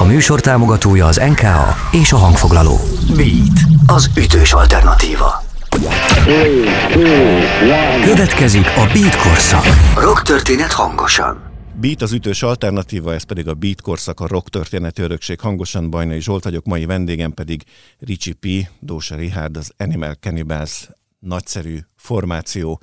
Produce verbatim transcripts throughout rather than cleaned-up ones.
műsor támogatója az en ká á és a hangfoglaló. Beat, az ütős alternatíva. Következik a Beat korszak. Rock történet hangosan. Beat az ütős alternatíva, ez pedig a Beat korszak, a rock történeti örökség hangosan. Bajnai Zsolt vagyok, mai vendégem pedig Ricsi P., Dósa Richárd, az Animal Cannibals nagyszerű formáció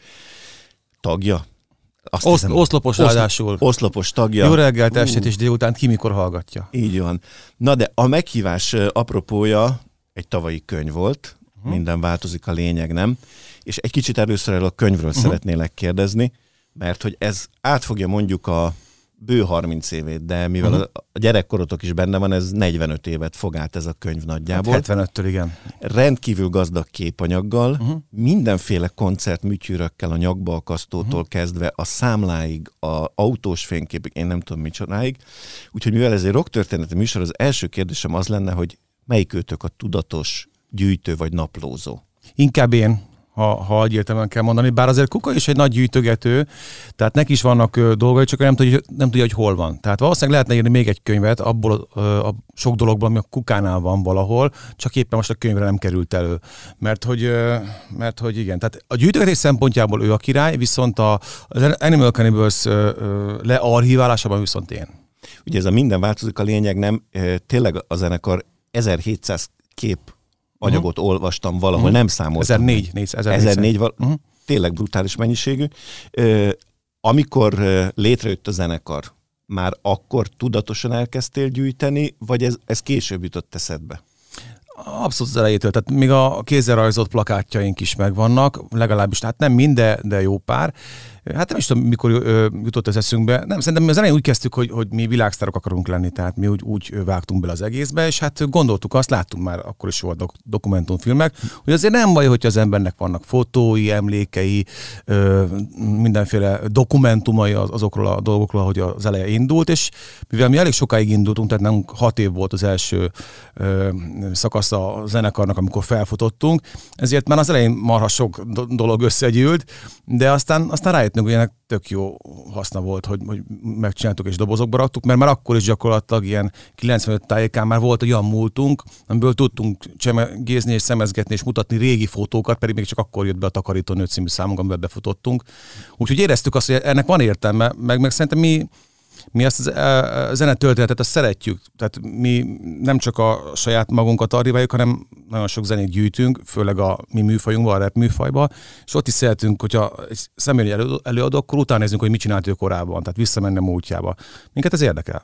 tagja. Azt Osz, hiszem, oszlopos oszl- ráadásul. Oszlopos tagja. Jó reggelt, estét és délután ki mikor hallgatja. Így van. Na de a meghívás apropója egy tavalyi könyv volt, uh-huh. Minden változik, a lényeg nem. És egy kicsit először el a könyvről uh-huh. szeretnélek kérdezni, mert hogy ez átfogja mondjuk a bő harminc évét, de mivel uh-huh. a gyerekkorotok is benne van, ez negyvenöt évet fog át ez a könyv nagyjából. Hát hetvenöttől, igen. Rendkívül gazdag képanyaggal, uh-huh. mindenféle koncertműtyűrökkel, a nyakbalkasztótól uh-huh. kezdve a számláig, a autós fényképig, én nem tudom micsodáig. Úgyhogy mivel ez egy rocktörténeti műsor, az első kérdésem az lenne, hogy melyik őtök a tudatos gyűjtő vagy naplózó? Inkább én. Ha, ha egyértelműen kell mondani, bár azért Kuka is egy nagy gyűjtögető, tehát neki is vannak ö, dolgai, csak nem tudja, nem tudja, hogy hol van. Tehát valószínűleg lehetne írni még egy könyvet abból ö, a sok dologból, ami a Kukánál van valahol, csak éppen most a könyvre nem került elő. Mert hogy, ö, mert hogy igen, tehát a gyűjtögetés szempontjából ő a király, viszont a, az Animal Cannibals ö, ö, learchiválásában viszont én. Ugye ez a minden változik, a lényeg nem, tényleg a zenekar ezerhétszáz kép anyagot uh-huh. olvastam valahol, uh-huh. nem számoltam. ezernégy, ezernégy val- uh-huh. Tényleg brutális mennyiségű. Ö, amikor ö, létrejött a zenekar, már akkor tudatosan elkezdtél gyűjteni, vagy ez, ez később jutott eszedbe? Abszolút az elejétől, tehát még a kézzel rajzolt plakátjaink is megvannak, legalábbis, tehát nem minden, de jó pár. Hát nem is tudom, mikor ö, jutott ez eszünkbe. Nem, szerintem az elején úgy kezdtük, hogy, hogy mi világsztárok akarunk lenni, tehát mi úgy, úgy vágtunk bele az egészbe, és hát gondoltuk azt, láttunk már, akkor is volt dok- dokumentumfilmek, hogy azért nem baj, hogy az embernek vannak fotói, emlékei, ö, mindenféle dokumentumai az, azokról a dolgokról, ahogy az eleje indult, és mivel mi elég sokáig indultunk, tehát nem hat év volt az első ö, szakasz a zenekarnak, amikor felfutottunk, ezért már az elején marha sok do- dolog összegyűlt, de aztán, aztán rájöttünk, hogy ennek tök jó haszna volt, hogy, hogy megcsináltuk és dobozokba raktuk, mert már akkor is gyakorlatilag ilyen kilencvenöt tájékán már volt olyan múltunk, amiből tudtunk csemegézni és szemezgetni és mutatni régi fotókat, pedig még csak akkor jött be a Takarítónő című számunk, amiben befutottunk. Úgyhogy éreztük azt, hogy ennek van értelme, meg, meg szerintem mi Mi ezt a zenetörténetet azt szeretjük, tehát mi nem csak a saját magunkat archiváljuk, hanem nagyon sok zenét gyűjtünk, főleg a mi műfajunkban, a rap műfajban, és ott is szeretünk, hogyha egy személy elő, előadó, akkor utána nézzünk, hogy mit csinált ő korábban, tehát visszamenne múltjába. Minket ez érdekel.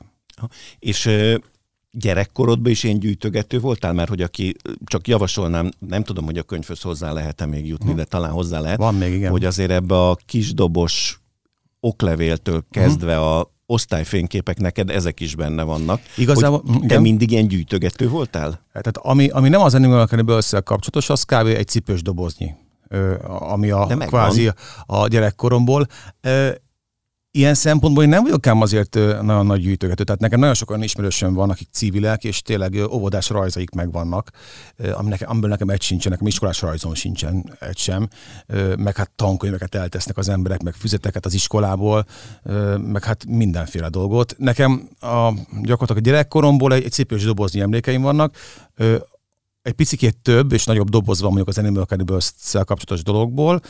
És gyerekkorodban is én gyűjtögető voltál, mert hogy aki, csak javasolnám, nem tudom, hogy a könyvhöz hozzá lehet-e még jutni, hmm. de talán hozzá lehet. Van még, igen. Hogy azért ebbe a kisdobos oklevéltől kezdve hmm. a osztályfényképek, neked ezek is benne vannak. Igazából, hogy te mindig ilyen gyűjtögető voltál? Tehát ami, ami nem az Animal Cannibals-szel kapcsolatos, az kb. Egy cipős doboznyi, ami a kvázi a gyerekkoromból. Ilyen szempontból én nem vagyok ám azért nagyon nagy gyűjtögető, tehát nekem nagyon sokan ismerősöm van, akik civilek, és tényleg óvodás rajzaik megvannak, amiből nekem egy sincsen, nekem iskolás rajzom sincsen egy sem, meg hát tankönyveket eltesznek az emberek, meg füzeteket az iskolából, meg hát mindenféle dolgot. Nekem a, gyakorlatilag a gyerekkoromból egy, egy cipős doboznyi emlékeim vannak, egy picikét több és nagyobb dobozban mondjuk az Animal Cannibals-szel kapcsolatos dologból,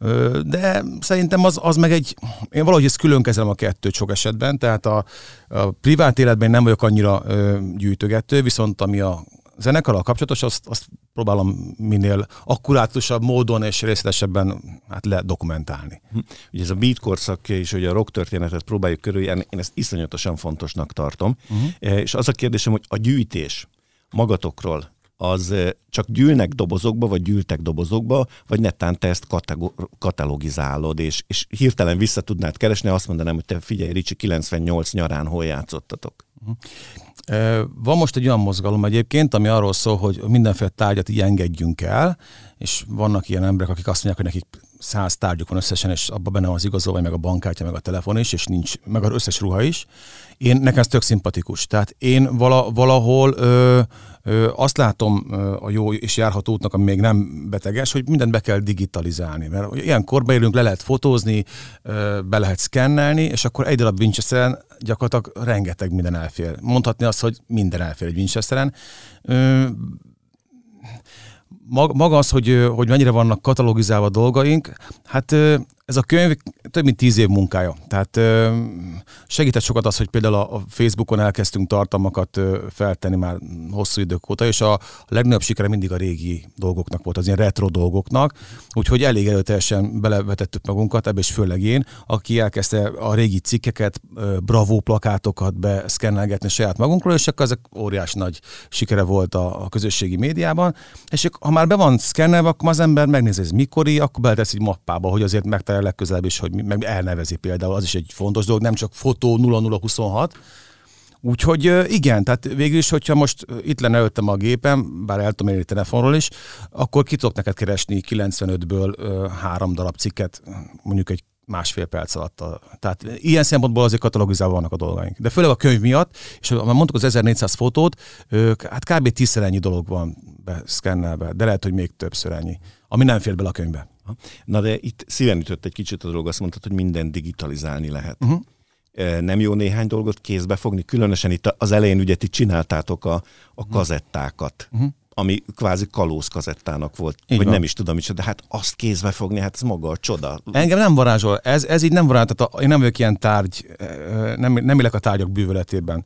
de szerintem az, az meg egy, én valahogy ezt külön kezelem a kettőt sok esetben, tehát a, a privát életben nem vagyok annyira gyűjtögető, viszont ami a zenekarral kapcsolatos, azt, azt próbálom minél akkurátusabb módon és részletesebben hát ledokumentálni. Ugye ez a beat korszak és hogy a rock történetet próbáljuk körüljárni, én ezt iszonyatosan fontosnak tartom. Uh-huh. És az a kérdésem, hogy a gyűjtés magatokról, az csak gyűlnek dobozokba, vagy gyűltek dobozokba, vagy netán te ezt katego- katalogizálod, és, és hirtelen vissza tudnád keresni, azt mondanám, hogy te figyelj, Ricsi, kilencvennyolc nyarán hol játszottatok? Van most egy olyan mozgalom egyébként, ami arról szól, hogy mindenféle tárgyat így engedjünk el, és vannak ilyen emberek, akik azt mondják, hogy nekik száz tárgyuk van összesen, és abban benne van az igazolvány, meg a bankkártya, meg a telefon is, és nincs, meg az összes ruha is. Én, nekem ez tök szimpatikus. Tehát én vala, valahol ö, Azt látom a jó és járható útnak, ami még nem beteges, hogy mindent be kell digitalizálni. Mert ilyen korba élünk, le lehet fotózni, be lehet szkennelni, és akkor egy darab Winchesteren gyakorlatilag rengeteg minden elfér. Mondhatni azt, hogy minden elfér egy Winchesteren. Maga az, hogy, hogy mennyire vannak katalogizálva dolgaink, hát ez a könyv több mint tíz év munkája. Tehát segített sokat az, hogy például a Facebookon elkezdtünk tartalmakat feltenni már hosszú idők óta, és a legnagyobb sikere mindig a régi dolgoknak volt, az ilyen retro dolgoknak, úgyhogy elég erőteljesen belevetettük magunkat, ebbe is főleg én, aki elkezdte a régi cikkeket, Bravo plakátokat beszkennelgetni saját magunkról, és akkor ezek óriási nagy sikere volt a, a közösségi médiában, és ha már be van szkennelve, akkor az ember megnézi, ez mikori, akkor beletesz egy mappába, hogy azért megtalálja legközelebb is, hogy meg elnevezi például, az is egy fontos dolog, nem csak fotó nulla nulla huszonhat. Úgyhogy igen, tehát végül is, hogyha most itt lenne előttem a gépem, bár el tudom érni telefonról is, akkor ki tudok neked keresni kilencvenötből három darab cikket, mondjuk egy másfél perc alatt. Tehát ilyen szempontból azért katalogizálva vannak a dolgaink. De főleg a könyv miatt, és ha mondtuk az ezernégyszáz fotót, hát kb. tízszer ennyi dolog van beszkennelve, de lehet, hogy még többször ennyi, ami nem fér bele a könyvbe. Na de itt szíven ütött egy kicsit a dolog, azt mondtad, hogy mindent digitalizálni lehet. Uh-huh. Nem jó néhány dolgot kézbe fogni? Különösen itt az elején ugye ti csináltátok a, a kazettákat, uh-huh. ami kvázi kalóz kazettának volt, így vagy van. Nem is tudom micsoda, de hát azt kézbe fogni, hát ez maga a csoda. Engem nem varázsol, ez, ez így nem varázsol, tehát én nem vagyok ilyen tárgy, nem, nem élek a tárgyak bűvöletében.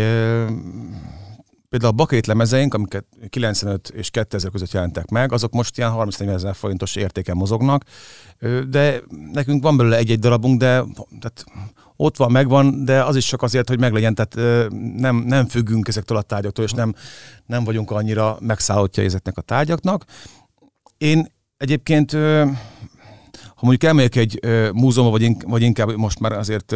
Például a Bakét lemezeink, amiket kilencvenöt és kétezer között jelentek meg, azok most ilyen harminc-negyvenezer forintos értéken mozognak, de nekünk van belőle egy-egy darabunk, de tehát ott van, megvan, de az is csak azért, hogy meglegyen, tehát nem, nem függünk ezektől a tárgyaktól, és nem, nem vagyunk annyira megszállottja ezeknek a tárgyaknak. Én egyébként, ha mondjuk elmegyek egy múzeumba, vagy, vagy inkább most már azért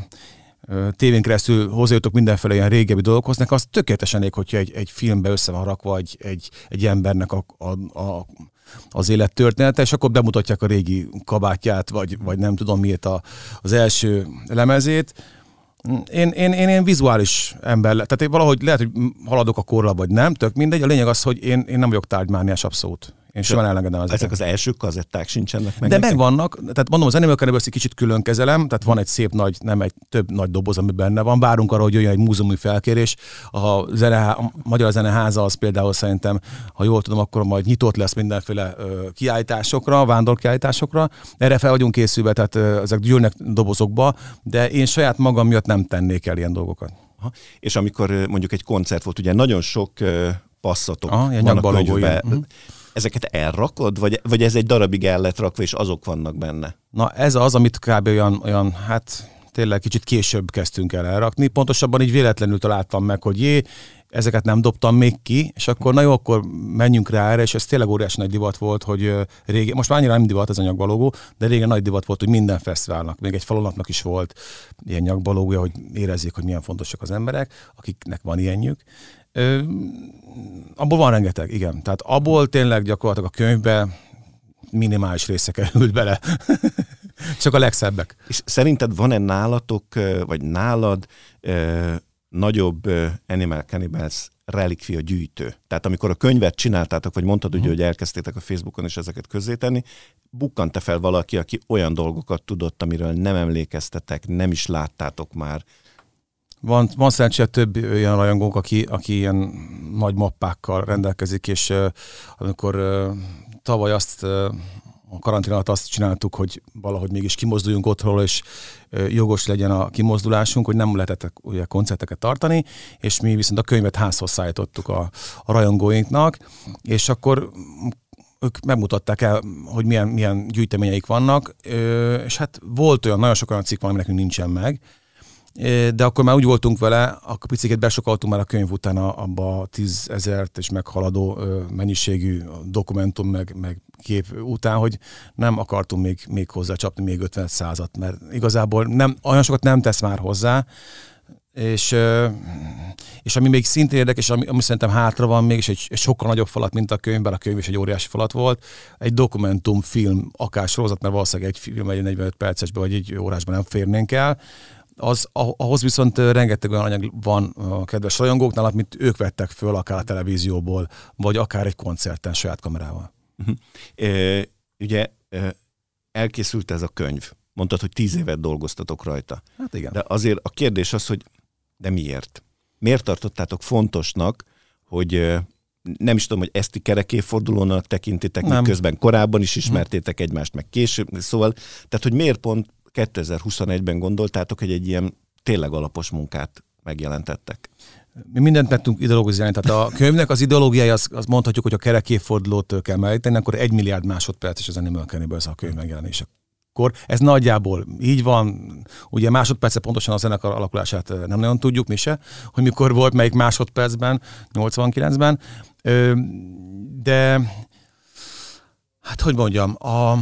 tévén keresztül hozzájutok mindenféle ilyen régebbi dolgokhoz, nekem az tökéletesen elég, hogyha egy, egy filmbe össze van rakva egy, egy, egy embernek a, a, a, az élettörténete, és akkor bemutatják a régi kabátját, vagy, vagy nem tudom miért a, az első lemezét. Én, én, én, én vizuális ember, tehát én valahogy lehet, hogy haladok a korral, vagy nem, tök mindegy. A lényeg az, hogy én, én nem vagyok tárgymániás abszolút. Én simán elengedem ezeket. Ezek az első kazetták sincsenek meg? De megvannak, tehát mondom, az Animal Cannibals egy kicsit külön kezelem, tehát van egy szép nagy, nem egy több nagy doboz, ami benne van. Várunk arra, hogy jöjjön egy múzeumi felkérés. A, zene, a Magyar Zeneháza az például szerintem, ha jól tudom, akkor majd nyitott lesz mindenféle ö, kiállításokra, vándorkiállításokra. Erre fel vagyunk készülve, tehát ö, ezek gyűlnek dobozokba, de én saját magam miatt nem tennék el ilyen dolgokat. Aha. És amikor mondjuk egy koncert volt, ugye nagyon sok ö, passzatok Aha, van a könyvben. Uh-huh. Ezeket elrakod, vagy, vagy ez egy darabig el lett rakva, és azok vannak benne? Na ez az, amit kb. olyan, olyan hát tényleg kicsit később kezdtünk el elrakni. Pontosabban így véletlenül találtam meg, hogy jé, ezeket nem dobtam még ki, és akkor na jó, akkor menjünk rá erre, és ez tényleg óriási nagy divat volt, hogy régen, most már annyira nem divat ez a nyakbalógó, de régen nagy divat volt, hogy minden fesztiválnak, még egy falonatnak is volt ilyen nyakbalógója, hogy érezzék, hogy milyen fontosak az emberek, akiknek van ilyenjük. Ö, abból van rengeteg, igen. Tehát abból tényleg gyakorlatilag a könyvbe minimális része került bele. Csak a legszebbek. És szerinted van-e nálatok, vagy nálad eh, nagyobb eh, Animal Cannibals relikvia gyűjtő? Tehát amikor a könyvet csináltátok, vagy mondtad, uh-huh. ugye, hogy elkezdtétek a Facebookon is ezeket közzétenni, bukkant-e fel valaki, aki olyan dolgokat tudott, amiről nem emlékeztetek, nem is láttátok már? Van, van szerencsére több olyan rajongónk, aki, aki ilyen nagy mappákkal rendelkezik, és uh, amikor uh, tavaly azt uh, a karantén alatt azt csináltuk, hogy valahogy mégis kimozduljunk otthonról, és uh, jogos legyen a kimozdulásunk, hogy nem lehetett ugye koncerteket tartani, és mi viszont a könyvet házhoz szállítottuk a, a rajongóinknak, és akkor ők megmutatták el, hogy milyen, milyen gyűjteményeik vannak, uh, és hát volt olyan, nagyon sok olyan cikk van, ami nekünk nincsen meg, de akkor már úgy voltunk vele, akkor picit besokaltunk már a könyv után abba a tízezert és meghaladó mennyiségű dokumentum meg, meg kép után, hogy nem akartunk még, még hozzá csapni még ötven százat, mert igazából nem, olyan sokat nem tesz már hozzá, és, és ami még szintén érdekes, ami, ami szerintem hátra van még, és egy, egy sokkal nagyobb falat, mint a könyv, bár a könyv is egy óriási falat volt, egy dokumentumfilm, akár sorozat, mert valószínűleg egy film egy negyvenöt percesben, vagy egy órásban nem férnénk el, az, ahhoz viszont rengeteg olyan anyag van a kedves rajongóknál, amit ők vettek föl akár a televízióból, vagy akár egy koncerten saját kamerával. Uh-huh. E, ugye e, elkészült ez a könyv. Mondtad, hogy tíz évet dolgoztatok rajta. Hát igen. De azért a kérdés az, hogy de miért? Miért tartottátok fontosnak, hogy nem is tudom, hogy ezt kerekévfordulónak tekintitek, miközben korábban is ismertétek egymást, meg később, szóval, tehát hogy miért pont kétezer-huszonegyben gondoltátok, hogy egy ilyen tényleg alapos munkát megjelentettek? Mi mindent megtudunk ideológiálni, tehát a könyvnek az ideológiája, az, az mondhatjuk, hogy a kerekévfordulót kell megállítani, akkor egy milliárd másodperc az Animal Cannibal ez a könyv megjelenése. Akkor ez nagyjából így van, ugye másodperce pontosan a zenekar alakulását nem nagyon tudjuk mi se, hogy mikor volt, melyik másodpercben, nyolcvankilencben, de hát hogy mondjam, a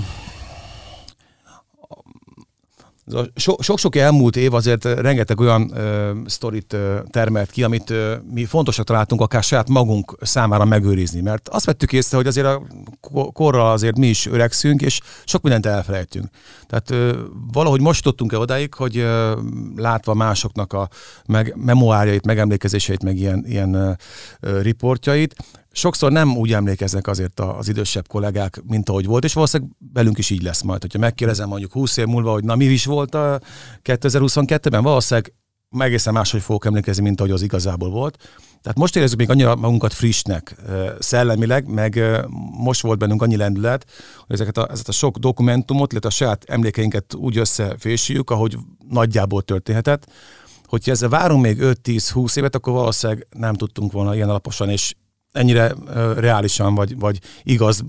sok-sok elmúlt év azért rengeteg olyan ö, sztorit ö, termelt ki, amit ö, mi fontosak találtunk akár saját magunk számára megőrizni, mert azt vettük észre, hogy azért a korral azért mi is öregszünk, és sok mindent elfelejtünk. Tehát ö, valahogy most tudtunk-e odáig, hogy ö, látva másoknak a meg, memoárjait, megemlékezéseit, meg ilyen, ilyen ö, ö, riportjait, sokszor nem úgy emlékeznek azért az idősebb kollégák, mint ahogy volt, és valószínűleg velünk is így lesz majd. Hogyha megkérdezem mondjuk húsz év múlva, hogy na mi is volt a kétezer-huszonkettőben, valószínűleg egészen máshogy fogok emlékezni, mint ahogy az igazából volt. Tehát most érezzük még annyira magunkat frissnek szellemileg, meg most volt bennünk annyi lendület, hogy ezeket a, ezeket a sok dokumentumot, illetve a saját emlékeinket úgy összefésüljük, ahogy nagyjából történhetett, hogyha ezzel várunk még öt-tíz-húsz évet, akkor valószínűleg nem tudtunk volna ilyen alaposan és ennyire uh, reálisan, vagy, vagy igaz,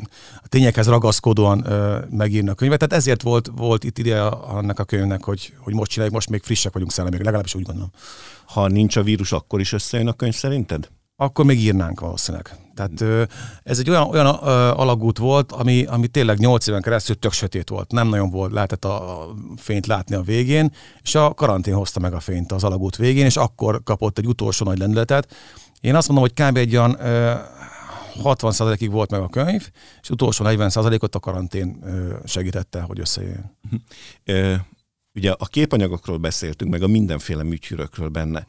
a tényekhez ragaszkodóan uh, megírni a könyvet. Tehát ezért volt, volt itt ideje annak a könyvnek, hogy, hogy most csináljuk, most még frissek vagyunk szellemileg, legalábbis úgy gondolom. Ha nincs a vírus, akkor is összejön a könyv szerinted? Akkor még írnánk valószínűleg. Tehát uh, ez egy olyan, olyan uh, alagút volt, ami, ami tényleg nyolc éven keresztül tök sötét volt. Nem nagyon volt, lehetett a fényt látni a végén, és a karantén hozta meg a fényt az alagút végén, és akkor kapott egy utolsó nagy lendületet. Én azt mondom, hogy kb. Egy olyan ö, hatvan százalékig volt meg a könyv, és utolsó negyven százalékot a karantén ö, segítette, hogy összejöjjön. Uh-huh. Ugye a képanyagokról beszéltünk, meg a mindenféle műtyűrökről benne,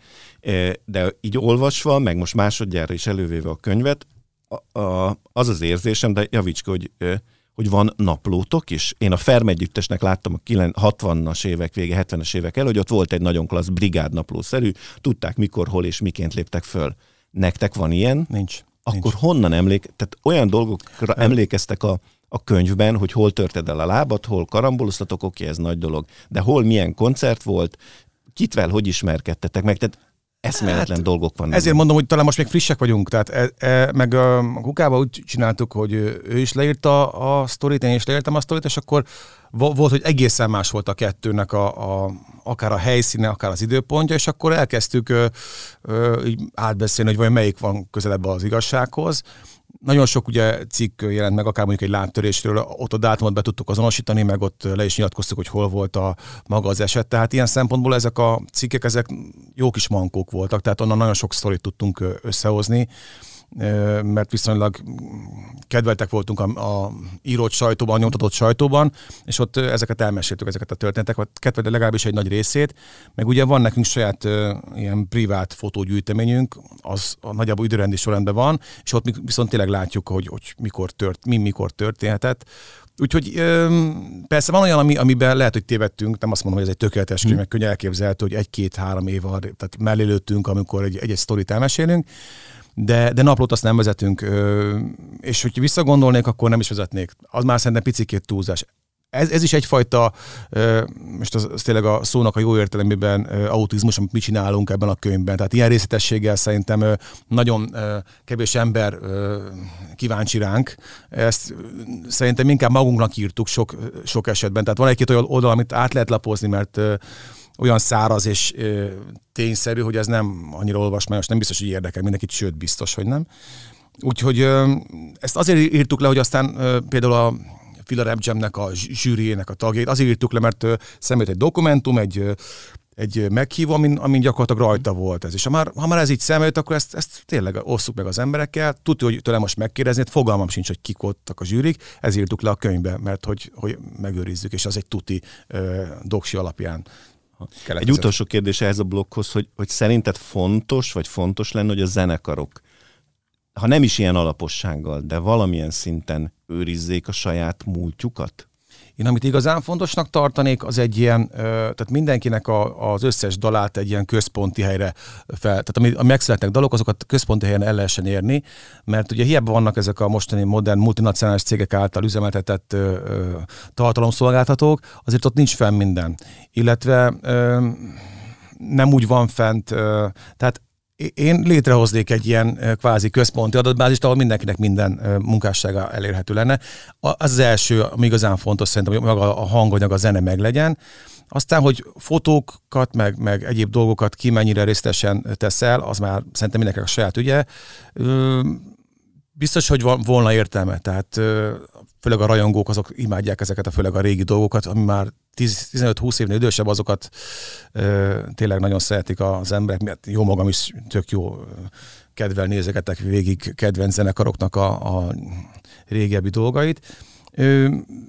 de így olvasva, meg most másodjára is elővéve a könyvet, a, a, az az érzésem, de javíts ki, hogy, hogy van naplótok is. Én a Ferm együttesnek láttam a hatvanas évek vége, hetvenes évek elő, hogy ott volt egy nagyon klassz brigádnaplószerű, tudták mikor, hol és miként léptek föl. Nektek van ilyen? Nincs. Akkor nincs. honnan emlék... Tehát olyan dolgokra emlékeztek a, a könyvben, hogy hol törted el a lábat, hol karamboloztatok, oké, ez nagy dolog, de hol milyen koncert volt, kitvel hogy ismerkedtetek meg, tehát eszméletlen hát, dolgok vannak. Ezért mondom, hogy talán most még frissek vagyunk, tehát e, e, meg a, a Kukával úgy csináltuk, hogy ő is leírta a sztorit, én is leírtam a sztorit, és akkor volt, hogy egészen más volt a kettőnek a, a, akár a helyszíne, akár az időpontja, és akkor elkezdtük ö, ö, így átbeszélni, hogy vajon melyik van közelebb az igazsághoz. Nagyon sok ugye cikk jelent meg, akár mondjuk egy lábtörésről, ott a dátumot be tudtuk azonosítani, meg ott le is nyilatkoztuk, hogy hol volt a maga az eset. Tehát ilyen szempontból ezek a cikkek, ezek jó kis mankók voltak, tehát onnan nagyon sok sztorit tudtunk összehozni, mert viszonylag kedveltek voltunk a, a írott sajtóban, a nyomtatott sajtóban, és ott ezeket elmeséltük, ezeket a történeteket, kedveltek legalábbis egy nagy részét, meg ugye van nekünk saját uh, ilyen privát fotógyűjteményünk, az a nagyjából időrendi sorrendben van, és ott viszont tényleg látjuk, hogy, hogy mikor tört, mi mikor történhetett. Úgyhogy persze van olyan, ami, amiben lehet, hogy tévedtünk, nem azt mondom, hogy ez egy tökéletes könyv, meg könnyen elképzelhető, hogy egy-két-három év tehát mellé lőttünk, amikor egy, egy-egy sztorit elmesélünk, de, de naplót azt nem vezetünk, és hogy visszagondolnék, akkor nem is vezetnék. Az már szerintem picikét túlzás. Ez, ez is egyfajta, most az, az tényleg a szónak a jó értelemében autizmus, amit mi csinálunk ebben a könyvben. Tehát ilyen részletességgel szerintem nagyon kevés ember kíváncsi ránk. Ezt szerintem inkább magunknak írtuk sok, sok esetben. Tehát van egy-két olyan oldal, amit át lehet lapozni, mert olyan száraz és ö, tényszerű, hogy ez nem annyira olvasmányos, nem biztos, hogy érdekel mindenkit, sőt biztos, hogy nem. Úgyhogy ö, ezt azért írtuk le, hogy aztán ö, például a Fila Rap Jam-nek a zsűriének a tagjait, azért írtuk le, mert szemült egy dokumentum, egy, egy meghívó, amin, amin gyakorlatilag rajta volt ez. És ha már, ha már ez így szemült, akkor ezt, ezt tényleg osszuk meg az emberekkel. Tudja, hogy tőlem most megkérdezni, fogalmam sincs, hogy kik voltak a zsűrik, ezért írtuk le a könyvbe, mert hogy, hogy megőrizzük, és az egy tuti ö, doksi alapján Egy utolsó kérdés ehhez a blokkhoz, hogy, hogy szerinted fontos, vagy fontos lenne, hogy a zenekarok, ha nem is ilyen alapossággal, de valamilyen szinten őrizzék a saját múltjukat? Én amit igazán fontosnak tartanék, az egy ilyen, tehát mindenkinek a, az összes dalát egy ilyen központi helyre fel, tehát ami, ami megszületnek dalok, azokat központi helyen el lehessen érni, mert ugye hiába vannak ezek a mostani modern multinacionális cégek által üzemeltetett ö, ö, tartalomszolgáltatók, azért ott nincs fenn minden. Illetve ö, nem úgy van fent, ö, tehát én létrehoznék egy ilyen kvázi központi adatbázist, ahol mindenkinek minden munkássága elérhető lenne. Az az első, ami igazán fontos szerintem, hogy maga a hanganyag, a zene meglegyen. Aztán, hogy fotókat, meg, meg egyéb dolgokat ki mennyire részletesen tesz el, az már szerintem mindenkinek a saját ügye. Biztos, hogy van, volna értelme, tehát főleg a rajongók azok imádják ezeket a főleg a régi dolgokat, ami már tizenöt-húsz évnél idősebb, azokat ö, tényleg nagyon szeretik az emberek, mert jó magam is tök jó kedvel nézegetek végig kedvenc zenekaroknak a, a régebbi dolgait. Ö,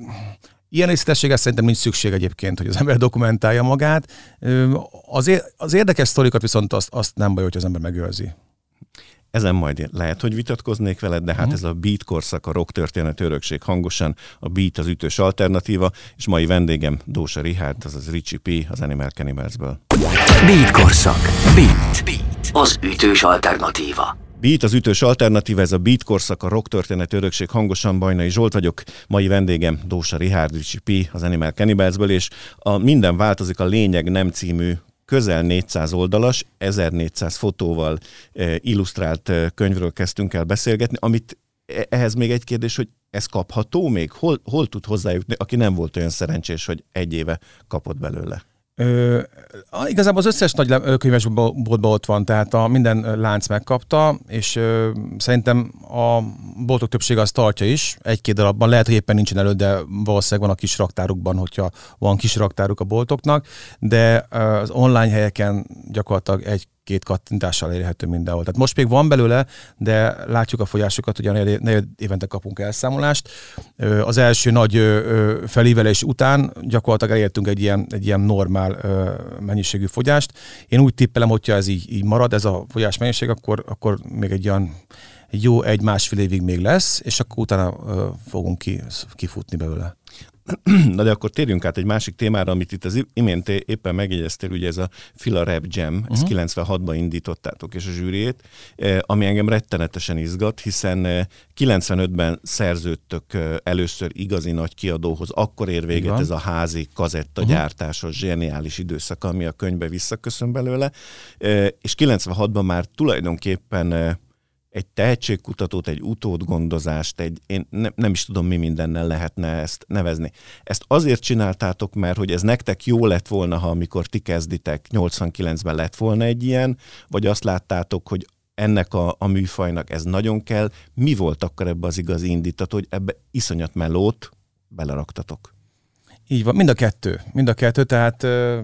ilyen részletességgel szerintem nincs szükség egyébként, hogy az ember dokumentálja magát. Ö, az, é- az érdekes sztorikat viszont azt, azt nem baj, hogy az ember megőrzi. Ezen majd lehet, hogy vitatkoznék veled, de hát uh-huh. ez a beat korszak, a rock történet örökség hangosan, a beat az ütős alternatíva, és mai vendégem Dósa Richárd, azaz Richie P. az Animal Cannibals-ből. Beat korszak. Beat. Beat. Az ütős alternatíva. Beat az ütős alternatíva, ez a beat korszak, a rock történet örökség hangosan, Bajnai Zsolt vagyok, mai vendégem Dósa Richárd, Richie P. az Animal Cannibals-ből, és a Minden változik, a lényeg nem című közel négyszáz oldalas, ezernégyszáz fotóval eh, illusztrált eh, könyvről kezdtünk el beszélgetni, amit ehhez még egy kérdés, hogy ez kapható még? Hol, hol tud hozzájutni, aki nem volt olyan szerencsés, hogy egy éve kapott belőle? Ö, igazából az összes nagy könyvesboltban ott van, tehát a minden lánc megkapta, és ö, szerintem a boltok többsége azt tartja is, egy-két darabban, lehet, hogy éppen nincsen elő, de valószínűleg van a kis raktárukban, hogyha van kis raktáruk a boltoknak, de ö, az online helyeken gyakorlatilag egy két kattintással elérhető mindenhol. Tehát most még van belőle, de látjuk a folyásokat, ugye negyed évente kapunk elszámolást. Az első nagy felívelés után gyakorlatilag elértünk egy ilyen, egy ilyen normál mennyiségű fogyást. Én úgy tippelem, hogyha ez így, így marad, ez a fogyás mennyiség, akkor, akkor még egy olyan egy jó egy-másfél évig még lesz, és akkor utána fogunk ki, kifutni belőle. Na de akkor térjünk át egy másik témára, amit itt az imént éppen megjegyeztél, ugye ez a Fila Rap Jam, uh-huh. ezt kilencvenhatban indítottátok, és a zsűriét, ami engem rettenetesen izgat, hiszen kilencvenötben szerződtök először igazi nagy kiadóhoz, akkor ér véget Igen. ez a házi kazettagyártásos uh-huh. zseniális időszak, ami a könyvbe visszaköszön belőle, és kilencvenhatban már tulajdonképpen egy tehetségkutatót, egy utódgondozást, egy, én ne, nem is tudom, mi mindennel lehetne ezt nevezni. Ezt azért csináltátok, mert hogy ez nektek jó lett volna, ha amikor ti kezditek, nyolcvankilencben lett volna egy ilyen, vagy azt láttátok, hogy ennek a, a műfajnak ez nagyon kell. Mi volt akkor ebbe az igazi indítató, hogy ebbe iszonyat melót beleraktatok? Így van, mind a kettő. Mind a kettő, tehát... Ö...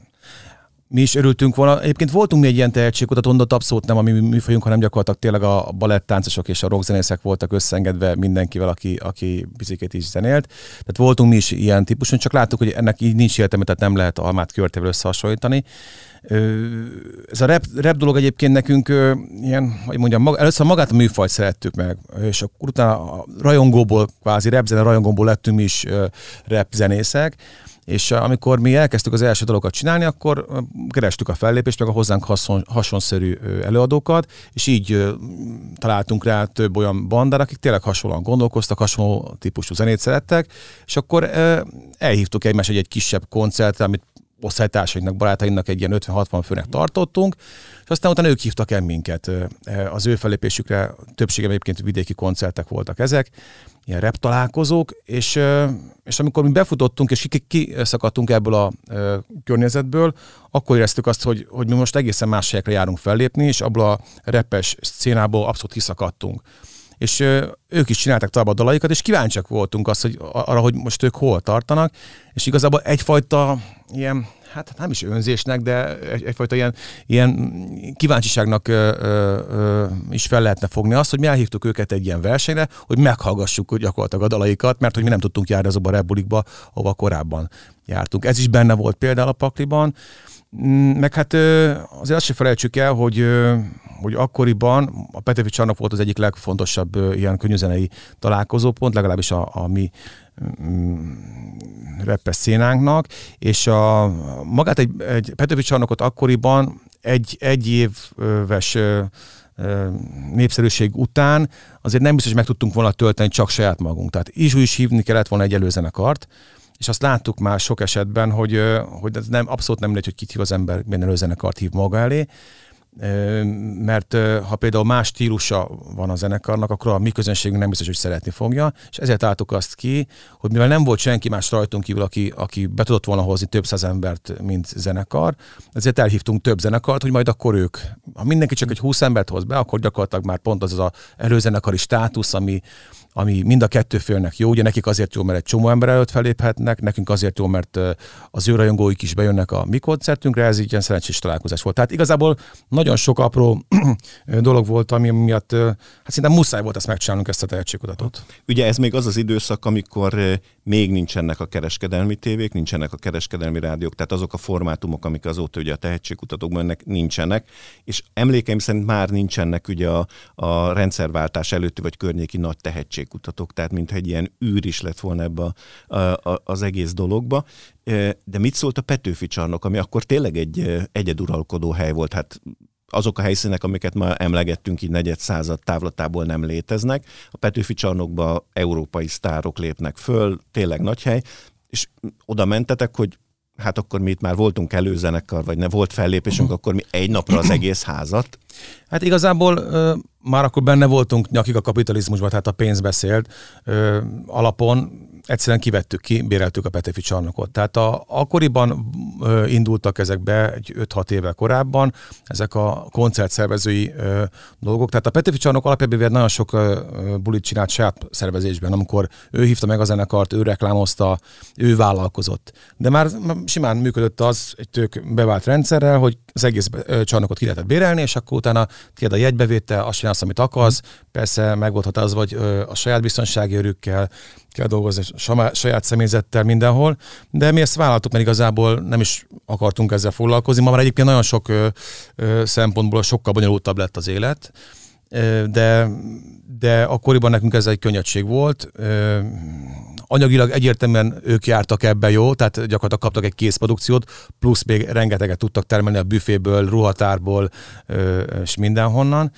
Mi is örültünk volna. Egyébként voltunk mi egy ilyen tehetségkutató, de abszolút nem a mi műfajunk, hanem gyakorlatilag tényleg a balettáncosok és a rockzenészek voltak összeengedve mindenkivel, aki, aki picikét is zenélt. Tehát voltunk mi is ilyen típuson, csak láttuk, hogy ennek így nincs értelme, tehát nem lehet a almát körtével összehasonlítani. Ez a rap, rap dolog egyébként nekünk ilyen, hogy mondjam, mag, először magát a műfajt szerettük meg, és akkor utána a rajongóból, kvázi rapzene rajongóból lettünk mi is rap zenészek. És amikor mi elkezdtük az első dalokat csinálni, akkor kerestük a fellépést, meg a hozzánk haszon, hasonszerű előadókat, és így találtunk rá több olyan bandára, akik tényleg hasonlóan gondolkoztak, hasonló típusú zenét szerettek, és akkor elhívtuk egymást egy, egy kisebb koncertre, amit osztálytársainknak, barátainknak egy ilyen ötven-hatvan főnek tartottunk, és aztán utána ők hívtak el minket. Az ő fellépésükre többségében egyébként vidéki koncertek voltak ezek, ilyen rap találkozók, és, és amikor mi befutottunk, és kiszakadtunk ebből a környezetből, akkor éreztük azt, hogy, hogy mi most egészen más helyekre járunk fellépni, és abból a rappes szcénából abszolút kiszakadtunk. És ők is csináltak tovább a dalaikat, és kíváncsiak voltunk azt, hogy arra, hogy most ők hol tartanak, és igazából egyfajta ilyen, hát nem is önzésnek, de egy, egyfajta ilyen, ilyen kíváncsiságnak ö, ö, ö, is fel lehetne fogni azt, hogy mi elhívtuk őket egy ilyen versenyre, hogy meghallgassuk gyakorlatilag a dalaikat, mert hogy mi nem tudtunk járni azokba a rebulikba, ahova korábban jártunk. Ez is benne volt például a pakliban, meg hát azért azt se felejtsük el, hogy, hogy akkoriban a Petőfi Csarnok volt az egyik legfontosabb ilyen könnyűzenei találkozópont, legalábbis a, a mi rappes szénánknak, és a, magát egy, egy Petőfi Csarnokot akkoriban egy, egy éves népszerűség után azért nem biztos, hogy meg tudtunk volna tölteni csak saját magunk. Tehát is úgy is hívni kellett volna egy előzenekart, és azt láttuk már sok esetben, hogy, hogy ez nem, abszolút nem mindegy, hogy kit hív az ember, milyen előzenekart hív maga elé, mert ha például más stílusa van a zenekarnak, akkor a mi közönségünk nem biztos, hogy szeretni fogja, és ezért álltuk azt ki, hogy mivel nem volt senki más rajtunk kívül, aki, aki be tudott volna hozni több száz embert, mint zenekar, ezért elhívtunk több zenekart, hogy majd akkor ők, ha mindenki csak egy húsz embert hoz be, akkor gyakorlatilag már pont az az előzenekari státusz, ami, ami mind a kettő félnek jó. Ugye nekik azért jó, mert egy csomó ember előtt feléphetnek, nekünk azért jó, mert az ő rajongóik is bejönnek a mi koncertünkre, ez így ilyen szerencsés találkozás volt. Tehát igazából nagyon sok apró dolog volt, ami miatt hát szinte muszáj volt ezt megcsinálnunk, ezt a tehetségkutatót. Ugye ez még az az időszak, amikor még nincsenek a kereskedelmi tévék, nincsenek a kereskedelmi rádiók, tehát azok a formátumok, amik azóta ugye a tehetségkutatókban ennek nincsenek, és emlékeim szerint már nincsenek ugye a, a rendszerváltás előtti vagy környéki nagy tehetségkutatók, tehát mintha egy ilyen űr is lett volna ebbe a, a, az egész dologba. De mit szólt a Petőfi Csarnok, ami akkor tényleg egy egyeduralkodó hely volt, hát azok a helyszínek, amiket ma emlegettünk, így negyed század távlatából nem léteznek. A Petőfi Csarnokba európai sztárok lépnek föl, tényleg nagy hely, és oda mentetek, hogy hát akkor mi itt már voltunk előzenekar, vagy ne volt fellépésünk, akkor mi egy napra az egész házat. Hát igazából ö, már akkor benne voltunk nyakig a kapitalizmusban, tehát a pénz beszélt ö, alapon, egyszerűen kivettük ki, béreltük a Petőfi Csarnokot. Tehát a, akkoriban ö, indultak ezekbe egy öt-hat évvel korábban ezek a koncertszervezői ö, dolgok. Tehát a Petőfi Csarnok alapjában nagyon sok ö, bulit csinált saját szervezésben, amikor ő hívta meg a zenekart, ő reklámozta, ő vállalkozott. De már simán működött az egy tök bevált rendszerrel, hogy az egész ö, csarnokot ki lehetett bérelni, és akkor utána tiéd a jegybevétel, azt csinálsz, amit akarsz. Persze meg volt az, vagy ö, a saját biztonsági örükkel, kell dolgozni saját személyzettel mindenhol, de mi ezt vállaltuk, mert igazából nem is akartunk ezzel foglalkozni. Ma már egyébként nagyon sok ö, ö, szempontból sokkal bonyolultabb lett az élet, ö, de, de akkoriban nekünk ez egy könnyedség volt. Ö, anyagilag egyértelműen ők jártak ebbe jó, tehát gyakorlatilag kaptak egy készprodukciót, plusz még rengeteget tudtak termelni a büféből, ruhatárból ö, és mindenhonnan.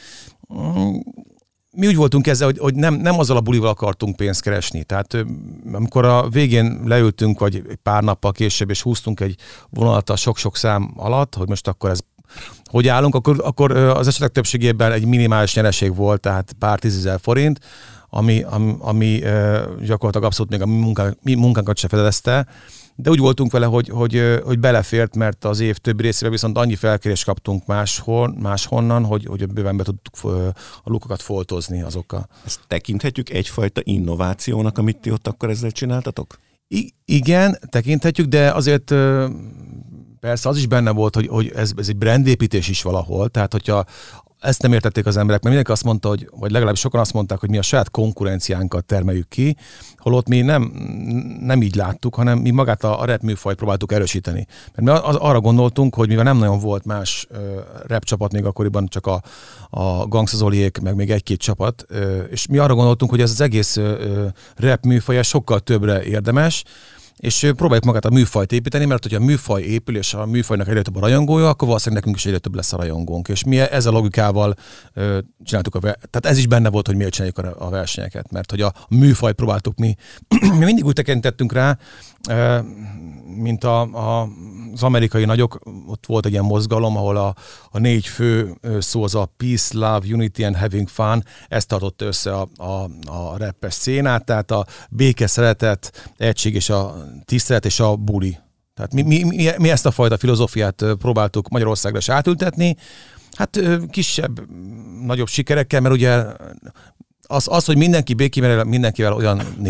Mi úgy voltunk ezzel, hogy, hogy nem, nem azzal a bulival akartunk pénzt keresni. Tehát amikor a végén leültünk, vagy egy pár nappal később, és húztunk egy vonalat a sok-sok szám alatt, hogy most akkor ez hogy állunk, akkor, akkor az esetek többségében egy minimális nyereség volt, tehát pár tízezer forint, ami, ami, ami gyakorlatilag abszolút még a mi, munkánk, mi munkánkat se fedezte. De úgy voltunk vele, hogy, hogy, hogy belefért, mert az év többi részében viszont annyi felkérést kaptunk máshol, máshonnan, hogy, hogy bőven be tudtuk a lukakat foltozni azokkal. Ezt tekinthetjük egyfajta innovációnak, amit ti ott akkor ezzel csináltatok? I- igen, tekinthetjük, de azért persze az is benne volt, hogy, hogy ez, ez egy brandépítés is valahol, tehát hogyha ezt nem értették az emberek, mert mindenki azt mondta, hogy, vagy legalábbis sokan azt mondták, hogy mi a saját konkurenciánkat termeljük ki, holott mi nem, nem így láttuk, hanem mi magát a, a rap műfajt próbáltuk erősíteni. Mert mi az, arra gondoltunk, hogy mivel nem nagyon volt más uh, rap csapat, még akkoriban csak a, a Gangsta Zoliék, meg még egy-két csapat, uh, és mi arra gondoltunk, hogy ez az egész uh, rap műfaj sokkal többre érdemes, és próbáljuk magát a műfajt építeni, mert hogyha a műfaj épül, és a műfajnak egyre több a rajongója, akkor valószínűleg nekünk is egyre több lesz a rajongónk. És mi ezzel a logikával ö, csináltuk a versenyeket. Tehát ez is benne volt, hogy miért csináljuk a, a versenyeket, mert hogy a műfajt próbáltuk mi. mi mindig úgy tekintettünk rá, ö, mint a, a, az amerikai nagyok, ott volt egy ilyen mozgalom, ahol a, a négy fő szó az a peace, love, unity and having fun, ezt tartott össze a, a, a rappes szénát, tehát a béke, szeretet, egység és a tisztelet és a buli. Tehát mi, mi, mi, mi ezt a fajta filozófiát próbáltuk Magyarországra is átültetni, hát kisebb, nagyobb sikerekkel, mert ugye az, az hogy mindenki békében, mindenkivel olyan nincs.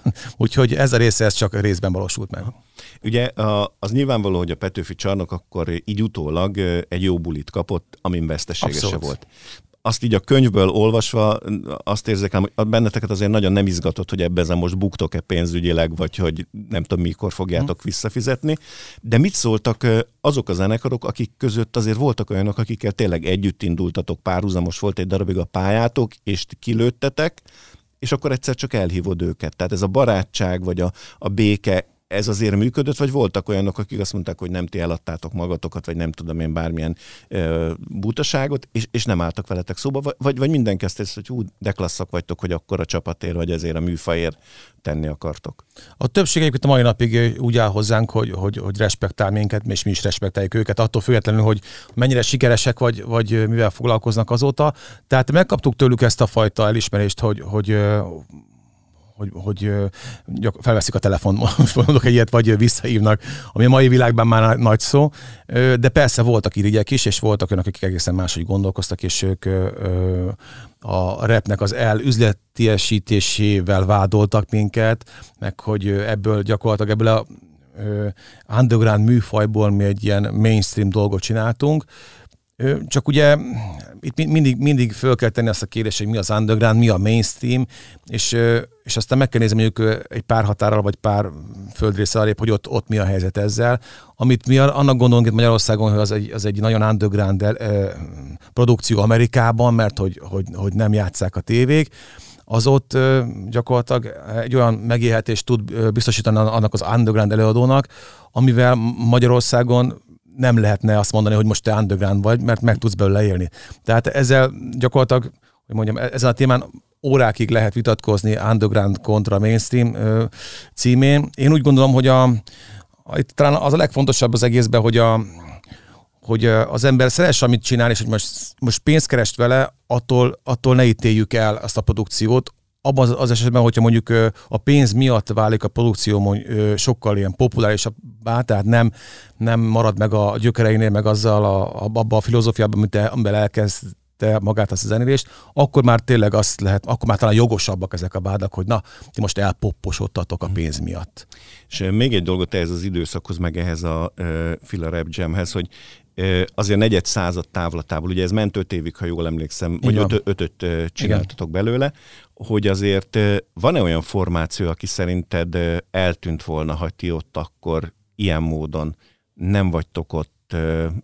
Úgyhogy ez a része ez csak részben valósult meg. Ugye az nyilvánvaló, hogy a Petőfi Csarnok akkor így utólag egy jó bulit kapott, amin vesztesége se volt. Azt így a könyvből olvasva azt érzékelem, hogy benneteket azért nagyon nem izgatott, hogy ebbe ezen most buktok-e pénzügyileg, vagy hogy nem tudom mikor fogjátok hmm. visszafizetni. De mit szóltak azok a zenekarok, akik között azért voltak olyanok, akikkel tényleg együtt indultatok, párhuzamos volt egy darabig a pályátok, és kilőttetek, és akkor egyszer csak elhívod őket. Tehát ez a barátság, vagy a, a béke, ez azért működött, vagy voltak olyanok, akik azt mondták, hogy nem ti eladtátok magatokat, vagy nem tudom én bármilyen ö, butaságot, és, és nem álltak veletek szóba, vagy, vagy minden kezdte ezt, hogy hú, de klasszak vagytok, hogy akkor a csapatért, vagy ezért a műfajért tenni akartok. A többség egyébként a mai napig úgy áll hozzánk, hogy, hogy, hogy respektál minket, és mi is respektáljuk őket, attól függetlenül, hogy mennyire sikeresek, vagy, vagy mivel foglalkoznak azóta. Tehát megkaptuk tőlük ezt a fajta elismerést, hogy, hogy hogy, hogy gyak, felveszik a telefon, most mondok egy ilyet, vagy visszahívnak, ami a mai világban már nagy szó, de persze voltak irigyek is, és voltak olyanok, akik egészen máshogy gondolkoztak, és ők a rapnek az elüzletiesítésével vádoltak minket, meg hogy ebből gyakorlatilag ebből a underground műfajból mi egy ilyen mainstream dolgot csináltunk. Csak ugye itt mindig, mindig föl kell tenni azt a kérdést, hogy mi az underground, mi a mainstream, és, és aztán meg kell nézni mondjuk egy pár határral, vagy pár földrészre arrébb, hogy ott, ott mi a helyzet ezzel. Amit mi annak gondolunk itt Magyarországon, hogy az egy, az egy nagyon underground eh, produkció Amerikában, mert hogy, hogy, hogy nem játsszák a tévék, az ott eh, gyakorlatilag egy olyan megélhetést tud biztosítani annak az underground előadónak, amivel Magyarországon nem lehetne azt mondani, hogy most te underground vagy, mert meg tudsz belőle élni. Tehát ezzel gyakorlatilag, hogy mondjam, ezen a témán órákig lehet vitatkozni underground kontra mainstream ö, címén. Én úgy gondolom, hogy a, a, itt talán az a legfontosabb az egészben, hogy, a, hogy az ember szeresse, amit csinál, és hogy most, most pénzt kerest vele, attól, attól ne ítéljük el azt a produkciót. Abban az esetben, hogyha mondjuk a pénz miatt válik a produkció sokkal ilyen populárisabbá, tehát nem, nem marad meg a gyökereinél, meg azzal a, abban a filozófiában, amit amiben elkezdte magát azt a zenélést, akkor már tényleg azt lehet, akkor már talán jogosabbak ezek a vádak, hogy na, ti most elpopposodtatok a pénz miatt. És még egy dolgot ehhez az időszakhoz, meg ehhez a uh, Fila Rap Jamhez, hogy azért negyed század távlatából, ugye ez ment öt évig, ha jól emlékszem, vagy öt, ötöt csináltatok Igen. belőle, hogy azért van-e olyan formáció, aki szerinted eltűnt volna, ha ti ott akkor ilyen módon nem vagytok ott,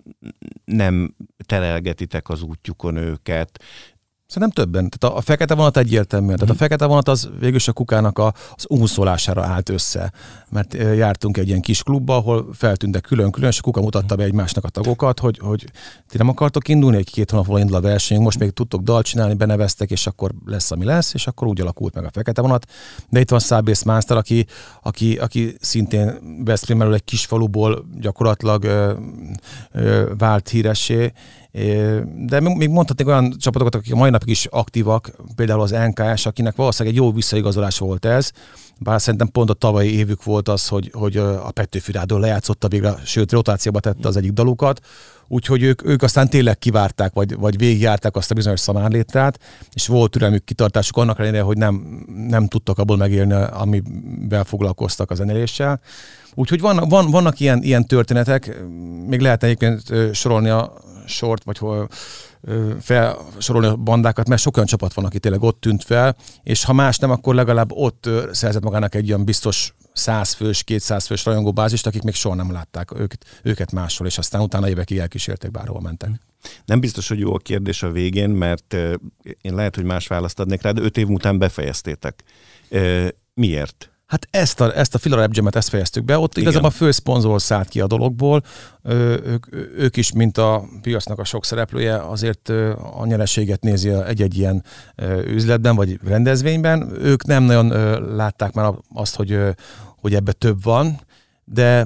nem terelgetitek az útjukon őket? Szerintem többen. Tehát a fekete vonat egyértelműen. Tehát a fekete vonat az végülis a Kukának a, az úszolására állt össze. Mert jártunk egy ilyen kis klubba, ahol feltűntek külön-külön, és a Kuka mutatta be egymásnak a tagokat, hogy, hogy ti nem akartok indulni, egy-két hónap indul a versenyünk, most még tudtok dalt csinálni, beneveztek, és akkor lesz, ami lesz, és akkor úgy alakult meg a fekete vonat. De itt van Szábész Master, aki, aki, aki szintén Veszprém elől egy kis faluból gyakorlatilag ö, ö, vált híressé. De még mondhatnék olyan csapatokat, akik a mai napig is aktívak, például az en ká es, akinek valószínűleg egy jó visszaigazolás volt ez, bár szerintem pont a tavalyi évük volt az, hogy, hogy a Petőfi Rádió lejátszotta végre, sőt rotációba tette az egyik dalukat, úgyhogy ők, ők aztán tényleg kivárták, vagy, vagy végigjárták azt a bizonyos szamárlétrát, és volt türelmük, kitartásuk annak ellenére, hogy nem, nem tudtak abból megélni, amivel foglalkoztak a zenéléssel. Úgyhogy van, van, vannak ilyen, ilyen történetek, még lehetne egyébként sorolni a sort, vagy hol felsorolni a bandákat, mert sok olyan csapat van, aki tényleg ott tűnt fel, és ha más nem, akkor legalább ott szerzett magának egy olyan biztos száz fős, kétszáz fős rajongóbázist, akik még soha nem látták őket, őket máshol, és aztán utána évekig elkísérték, bárhol mentek. Nem biztos, hogy jó a kérdés a végén, mert én lehet, hogy más választ adnék rá, de öt év után befejeztétek. Miért? Hát ezt a, ezt a Fila Rap Jam-et ezt fejeztük be, ott Igen. igazából a fő szponzor szállt ki a dologból, ők, ők is, mint a piacnak a sok szereplője, azért a nyereséget nézi egy-egy ilyen üzletben vagy rendezvényben. Ők nem nagyon látták már azt, hogy, hogy ebbe több van, de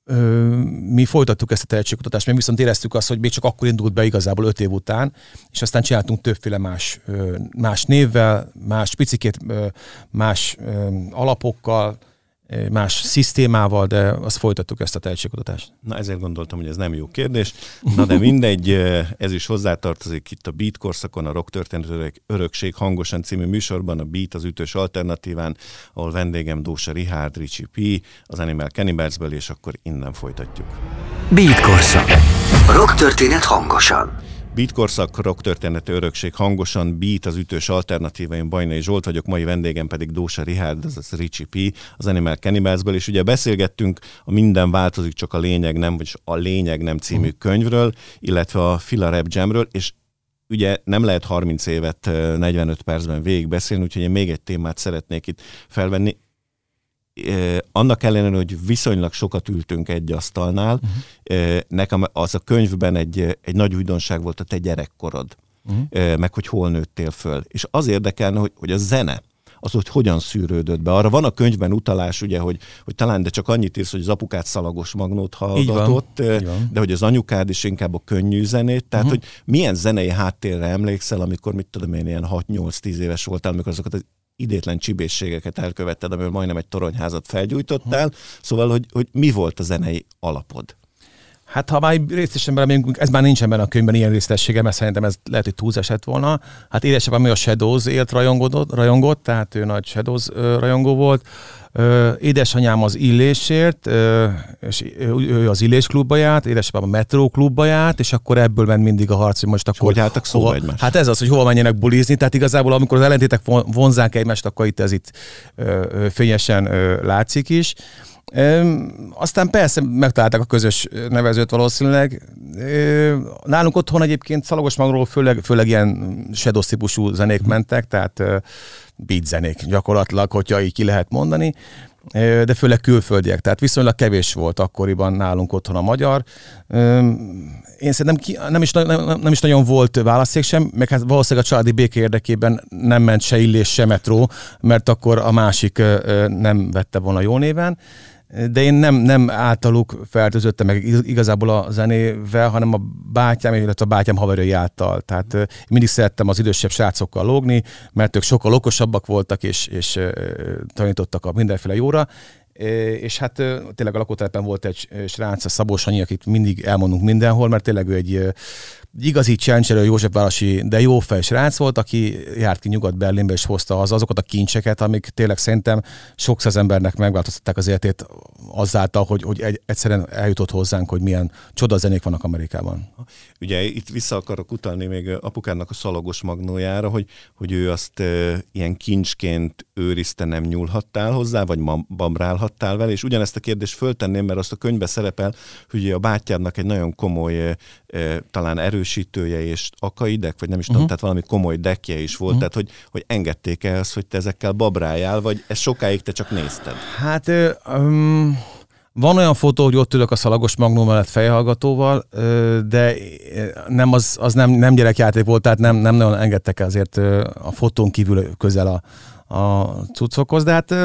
mi folytattuk ezt a tehetségkutatást, mi viszont éreztük azt, hogy még csak akkor indult be igazából öt év után, és aztán csináltunk többféle más, más névvel, más picikét, más alapokkal, más szisztémával, de azt folytattuk ezt a tehetségkutatást. Na ezért gondoltam, hogy ez nem jó kérdés. Na de mindegy, ez is hozzátartozik itt a Beat korszakon, a Rock Történet Örökség hangosan című műsorban, a Beat az ütős alternatíván, ahol vendégem Dósa Richárd, Richie P, az Animal Cannibalsből, és akkor innen folytatjuk. Beat korszak. Rock történet hangosan. Beat korszak, rock történeti örökség hangosan, Beat az ütős alternatíva, én Bajnai Zsolt vagyok, mai vendégem pedig Dósa Richárd, azaz Richie P, az Animal Cannibalsből, és ugye beszélgettünk a Minden változik, csak a lényeg nem, vagyis a Lényeg nem című könyvről, illetve a Fila Rap Jamről, és ugye nem lehet harminc évet negyvenöt percben végigbeszélni, úgyhogy én még egy témát szeretnék itt felvenni. Eh, annak ellenére, hogy viszonylag sokat ültünk egy asztalnál, uh-huh. eh, nekem az a könyvben egy, egy nagy újdonság volt a te gyerekkorod, uh-huh. eh, meg hogy hol nőttél föl. És az érdekelne, hogy, hogy a zene, az, hogy hogyan szűrődött be. Arra van a könyvben utalás, ugye, hogy, hogy talán, de csak annyit írsz, hogy az apukád Szalagos Magnót hallgatott, eh, de hogy az anyukád is inkább a könnyű zenét. Tehát, uh-huh. hogy milyen zenei háttérre emlékszel, amikor, mit tudom én, ilyen hat-nyolc-tíz éves voltál, amikor azokat az idétlen csibészségeket elkövetted, amivel majdnem egy toronyházat felgyújtottál. Szóval, hogy, hogy mi volt a zenei alapod? Hát ha már részletesen belemegyünk, ez már nincsen benne a könyvben ilyen részletessége, mert szerintem ez lehet, hogy túlzás lett volna. Hát édesapám ő a Shadows élt rajongott, rajongott, tehát ő nagy Shadows rajongó volt. Édesanyám az Illésért, és ő az Illés klubba járt, édesapám a Metro klubba járt, és akkor ebből ment mindig a harc, hogy most akkor... Hogy álltak szóba egymást? Hát ez az, hogy hova menjenek bulizni, tehát igazából amikor az ellentétek vonzák egymást, akkor itt ez itt fényesen látszik is. Üm, aztán persze megtalálták a közös nevezőt valószínűleg. Üm, nálunk otthon egyébként Szalagos Magnóról főleg, főleg ilyen shadows típusú zenék mentek, tehát uh, beat zenék gyakorlatilag, hogyha így ki lehet mondani, uh, de főleg külföldiek, tehát viszonylag kevés volt akkoriban nálunk otthon a magyar. Üm, én szerintem ki, nem, is, nem, nem is nagyon volt választék sem, meg hát valószínűleg a családi béke érdekében nem ment se Illés, se Metro, mert akkor a másik uh, nem vette volna jó néven. De én nem, nem általuk fertőzöttem meg igazából a zenével, hanem a bátyám, illetve a bátyám haverjai által. Tehát uh, mindig szerettem az idősebb srácokkal lógni, mert ők sokkal okosabbak voltak, és, és uh, tanítottak a mindenféle jóra. És hát tényleg a lakótelepen volt egy srác, a Szabó Sanyi, akit mindig elmondunk mindenhol, mert tényleg ő egy igazi csencserő Józsefvárosi, de jó fej srác volt, aki járt ki Nyugat-Berlinbe és hozta haza azokat a kincseket, amik tényleg szerintem sok száz embernek megváltoztatták az életét azáltal, hogy, hogy egy, egyszerűen eljutott hozzánk, hogy milyen csodazenék vannak Amerikában. Ugye itt vissza akarok utalni még apukának a Szalagos Magnójára, hogy, hogy ő azt e, ilyen kincsként őrizte, nem nyúlhattál hozzá, vagy bamrálhattál vele, és ugyanezt a kérdést föltenném, mert azt a könyvben szerepel, hogy a bátyádnak egy nagyon komoly, e, e, talán erősítője és akaidek, vagy nem is tudom, uh-huh. tehát valami komoly dekkje is volt, uh-huh. tehát hogy, hogy engedték el azt, hogy te ezekkel babráljál, vagy ezt sokáig te csak nézted? Hát... Um... Van olyan fotó, hogy ott ülök a Szalagos Magnó mellett fejhallgatóval, de nem, az, az nem, nem gyerekjáték volt, tehát nem, nem nagyon engedtek azért a fotón kívül közel a, a cuccokhoz, de hát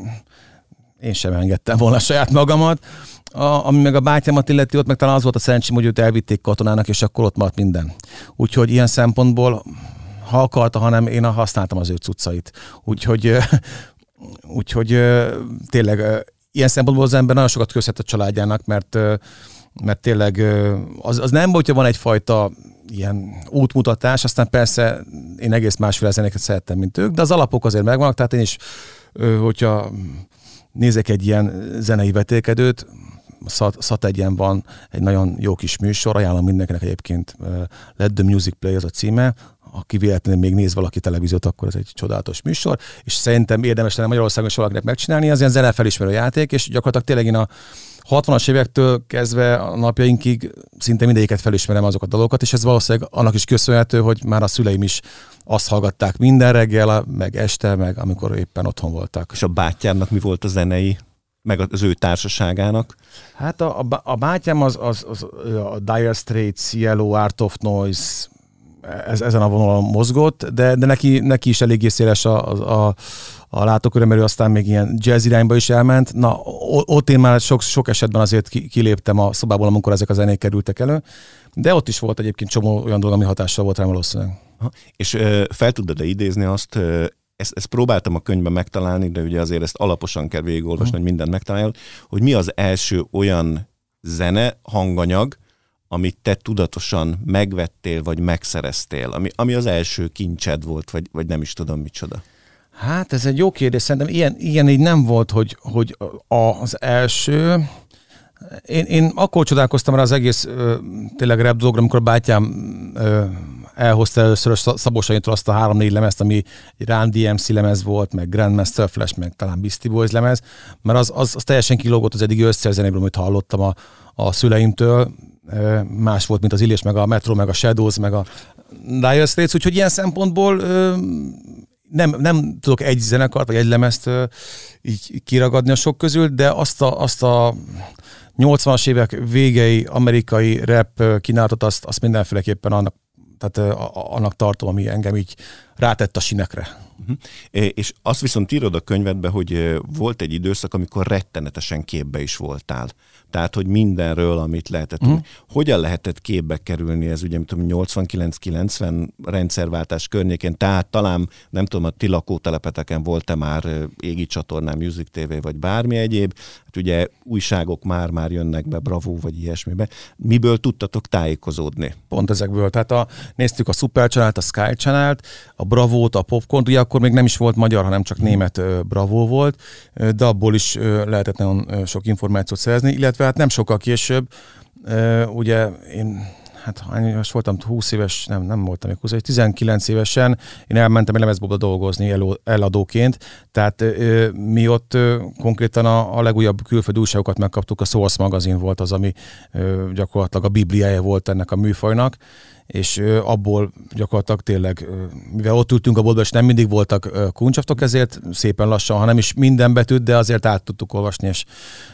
én sem engedtem volna saját magamat. A, ami meg a bátyámat illeti, ott meg talán az volt a szerencsém, hogy őt elvitték katonának, és akkor ott maradt minden. Úgyhogy ilyen szempontból, ha akarta, hanem én használtam az ő cuccait. Úgyhogy, úgyhogy tényleg ilyen szempontból az ember nagyon sokat köszönhet a családjának, mert, mert tényleg az, az nem, hogyha van egyfajta ilyen útmutatás, aztán persze én egész másféle zenéket szerettem, mint ők, de az alapok azért megvannak, tehát én is, hogyha nézek egy ilyen zenei vetélkedőt, Szat egyen van egy nagyon jó kis műsor, ajánlom mindenkinek egyébként, Let the Music Play az a címe, aki véletlenül még néz valaki televíziót, akkor ez egy csodálatos műsor, és szerintem érdemes lenne Magyarországon is valakinek megcsinálni, az ilyen zenefelismerő játék, és gyakorlatilag tényleg én a hatvanas évektől kezdve a napjainkig szinte mindegyiket felismerem azokat a dolgokat, és ez valószínűleg annak is köszönhető, hogy már a szüleim is azt hallgatták minden reggel, meg este, meg amikor éppen otthon voltak. És a bátyámnak mi volt a zenei, meg az ő társaságának? Hát a, a, a bátyám az, az, az a Dire Straits, Yellow, Art of Noise, ez, ezen a vonalon mozgott, de, de neki, neki is eléggé széles a, a, a, a látóköre, mert ő aztán még ilyen jazz irányba is elment. Na, ott én már sok, sok esetben azért kiléptem a szobából, amikor ezek a zenék kerültek elő, de ott is volt egyébként csomó olyan dolog, ami hatással volt rám valószínűleg. Ha, és ö, fel tudod-e idézni azt, ö, ezt, ezt próbáltam a könyvben megtalálni, de ugye azért ezt alaposan kell végigolvasni, mm. hogy mindent megtalálni, hogy mi az első olyan zene, hanganyag, amit te tudatosan megvettél, vagy megszereztél, ami, ami az első kincsed volt, vagy, vagy nem is tudom micsoda. Hát ez egy jó kérdés, szerintem ilyen, ilyen így nem volt, hogy, hogy az első. Én, én akkor csodálkoztam rá az egész ö, tényleg rap dologra, amikor a bátyám ö, elhozta először a Szabó Sanyitól azt a három-négy lemezt, ami egy Run dé em cé lemez volt, meg Grandmaster Flash, meg talán Beastie Boys lemez, mert az, az, az teljesen kilógott az eddigi összezenéből, amit hallottam a, a szüleimtől. Ö, más volt, mint az Illés, meg a Metro, meg a Shadows, meg a Dire Straits, úgyhogy ilyen szempontból ö, nem, nem tudok egy zenekart, vagy egy lemezt ö, így kiragadni a sok közül, de azt a, azt a nyolcvanas évek végei amerikai rap kínálatot, azt, azt mindenféleképpen annak, tehát annak tartom, ami engem így rátett a sinekre. Uh-huh. És azt viszont írod a könyvedbe, hogy volt egy időszak, amikor rettenetesen képbe is voltál. Tehát, hogy mindenről, amit lehetett. Uh-huh. Hogyan lehetett képbe kerülni ez, ugye, tudom, nyolcvankilenc-kilencven rendszerváltás környékén, tehát talán, nem tudom, a ti lakótelepeteken volt-e már égi csatornán, Music té vé, vagy bármi egyéb. Hát ugye újságok már-már jönnek be, Bravo, vagy ilyesmibe. Miből tudtatok tájékozódni? Pont ezekből. Tehát a, néztük a Super Channel-t, a Sky Channel-t, a Bravo-t, a Popcorn-t, ugye akkor még nem is volt magyar, hanem csak német uh, Bravo volt, de abból is uh, lehetett nagyon sok információt szerezni, illetve hát nem sokkal később, uh, ugye én, hát hány éves voltam, húsz éves, nem, nem voltam még húsz, tizenkilenc évesen én elmentem egy lemezboltba dolgozni elő, eladóként, tehát uh, mi ott uh, konkrétan a, a legújabb külföldi újságokat megkaptuk, a Source magazin volt az, ami uh, gyakorlatilag a bibliája volt ennek a műfajnak, és abból gyakorlatilag tényleg, mivel ott ültünk a boltban, és nem mindig voltak kuncsaftok, ezért szépen lassan, ha nem is minden betűt, de azért át tudtuk olvasni, és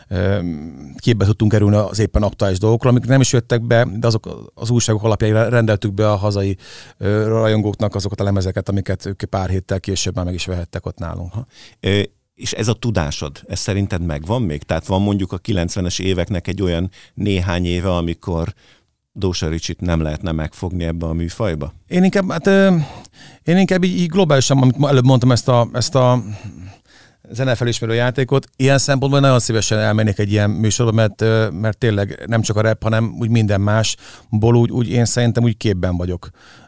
képbe tudtunk kerülni az éppen aktuális dolgokról, amik nem is jöttek be, de azok az újságok alapján rendeltük be a hazai rajongóknak azokat a lemezeket, amiket ők pár héttel később már meg is vehettek ott nálunk. Ha. É- És ez a tudásod, ez szerinted megvan még? Tehát van mondjuk a kilencvenes éveknek egy olyan néhány éve, amikor Dósa Ricsit nem lehetne megfogni ebbe a műfajba? Én inkább, hát, én inkább így, így globálisan, amit előbb mondtam, ezt a, ezt a zenefelismerő játékot, ilyen szempontból nagyon szívesen elmennék egy ilyen műsorba, mert, mert tényleg nem csak a rap, hanem úgy minden másból úgy, úgy én szerintem úgy képben vagyok.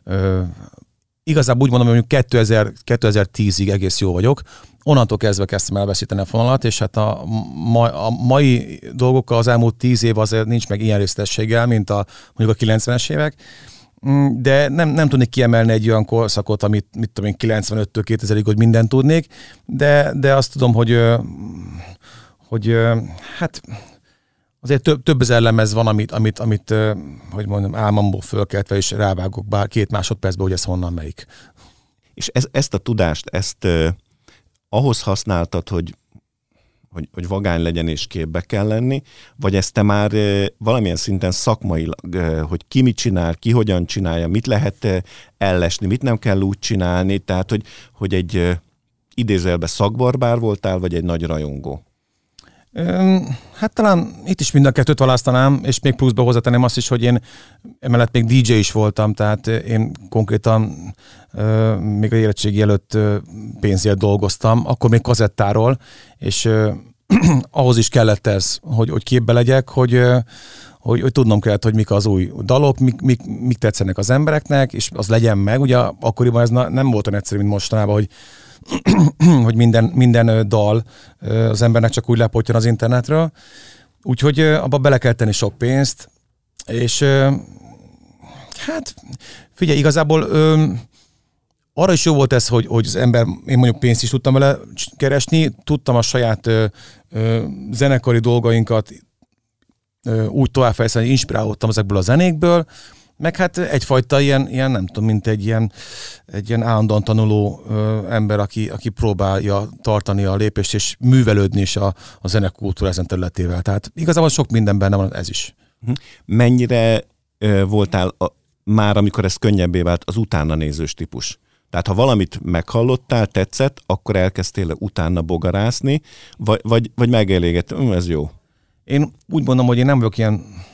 Igazából úgy mondom, hogy mondjuk kétezer, kétezer-tízig egész jó vagyok, onnantól kezdve kezdtem el veszíteni a fonalat, és hát a, ma, a mai dolgokkal az elmúlt tíz év azért nincs meg ilyen részletességgel, mint a, mondjuk a kilencvenes évek, de nem, nem tudnék kiemelni egy olyan korszakot, amit mit tudom én, kilencvenöttől kétezerig, hogy mindent tudnék, de, de azt tudom, hogy, hogy hát azért több, több ezer lemez van, amit, amit, amit hogy mondjam, álmomból fölkeltve, és rávágok bár két másodpercben, hogy ez honnan melyik. És ez, ezt a tudást, ezt ahhoz használtad, hogy, hogy, hogy vagány legyen és képbe kell lenni, vagy ezt te már e, valamilyen szinten szakmailag, e, hogy ki mit csinál, ki hogyan csinálja, mit lehet e, ellesni, mit nem kell úgy csinálni, tehát hogy, hogy egy e, idézőjelben szakbarbár voltál, vagy egy nagy rajongó? Hát talán itt is mind a kettőt választanám, és még pluszba hozzátenném azt is, hogy én emellett még dé dzsé is voltam, tehát én konkrétan euh, még a érettségi előtt euh, pénzért dolgoztam, akkor még kazettáról, és euh, ahhoz is kellett ez, hogy, hogy képbe legyek, hogy, euh, hogy, hogy tudnom kellett, hogy mik az új dalok, mik, mik, mik tetszenek az embereknek, és az legyen meg. Ugye akkoriban ez nem volt olyan egyszerű, mint mostanában, hogy hogy minden, minden dal az embernek csak úgy lepottyan az internetről. Úgyhogy abba bele kell tenni sok pénzt, és hát figyelj, igazából arra is jó volt ez, hogy, hogy az ember, én mondjuk pénzt is tudtam vele keresni, tudtam a saját zenekari dolgainkat úgy továbbfejleszteni, hogy inspirálódtam ezekből a zenékből, meg hát egyfajta ilyen, ilyen, nem tudom, mint egy ilyen, egy ilyen állandóan tanuló ö, ember, aki, aki próbálja tartani a lépést, és művelődni is a, a zenekultúra ezen területével. Tehát igazából sok minden benne van, ez is. Mennyire ö, voltál a, már, amikor ez könnyebbé vált, az utána nézős típus? Tehát ha valamit meghallottál, tetszett, akkor elkezdtél utána bogarászni, vagy, vagy, vagy megelégett, ez jó? Én úgy mondom, hogy én nem vagyok ilyen